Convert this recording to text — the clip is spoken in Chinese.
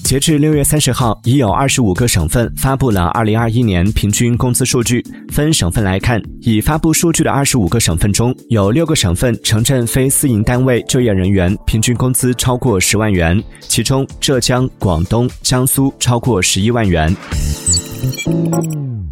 截至6月30号，已有25个省份发布了2021年平均工资数据。分省份来看，已发布数据的25个省份中，有6个省份城镇非私营单位就业人员平均工资超过10万元，其中浙江、广东、江苏超过11万元。